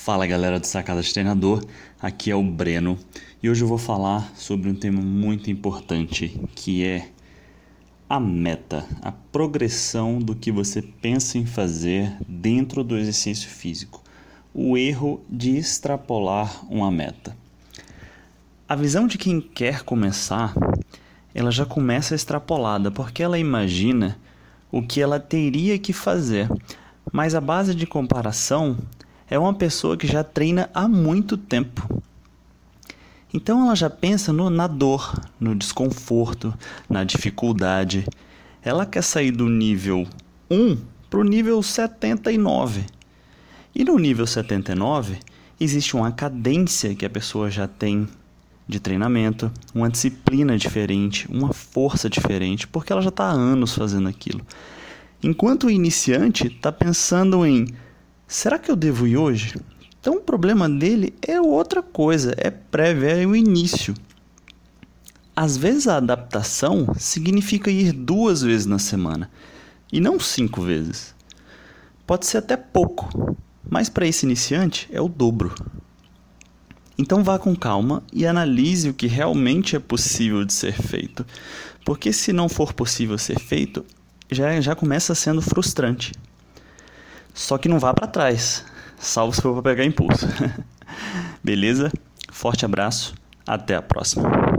Fala galera do Sacada de Treinador, aqui é o Breno e hoje eu vou falar sobre um tema muito importante que é a meta, a progressão do que você pensa em fazer dentro do exercício físico, o erro de extrapolar uma meta. A visão de quem quer começar, ela já começa extrapolada porque ela imagina o que ela teria que fazer, mas a base de comparação é uma pessoa que já treina há muito tempo. Então ela já pensa na dor, no desconforto, na dificuldade. Ela quer sair do nível 1 para o nível 79. E no nível 79 existe uma cadência que a pessoa já tem de treinamento, uma disciplina diferente, uma força diferente, porque ela já está há anos fazendo aquilo. Enquanto o iniciante está pensando em: será que eu devo ir hoje? Então o problema dele é outra coisa, é prévio, é o início. Às vezes a adaptação significa ir 2 vezes na semana, e não 5 vezes. Pode ser até pouco, mas para esse iniciante é o dobro. Então vá com calma e analise o que realmente é possível de ser feito, porque se não for possível ser feito, já começa sendo frustrante. Só que não vá para trás, salvo se for para pegar impulso. Beleza? Forte abraço, até a próxima.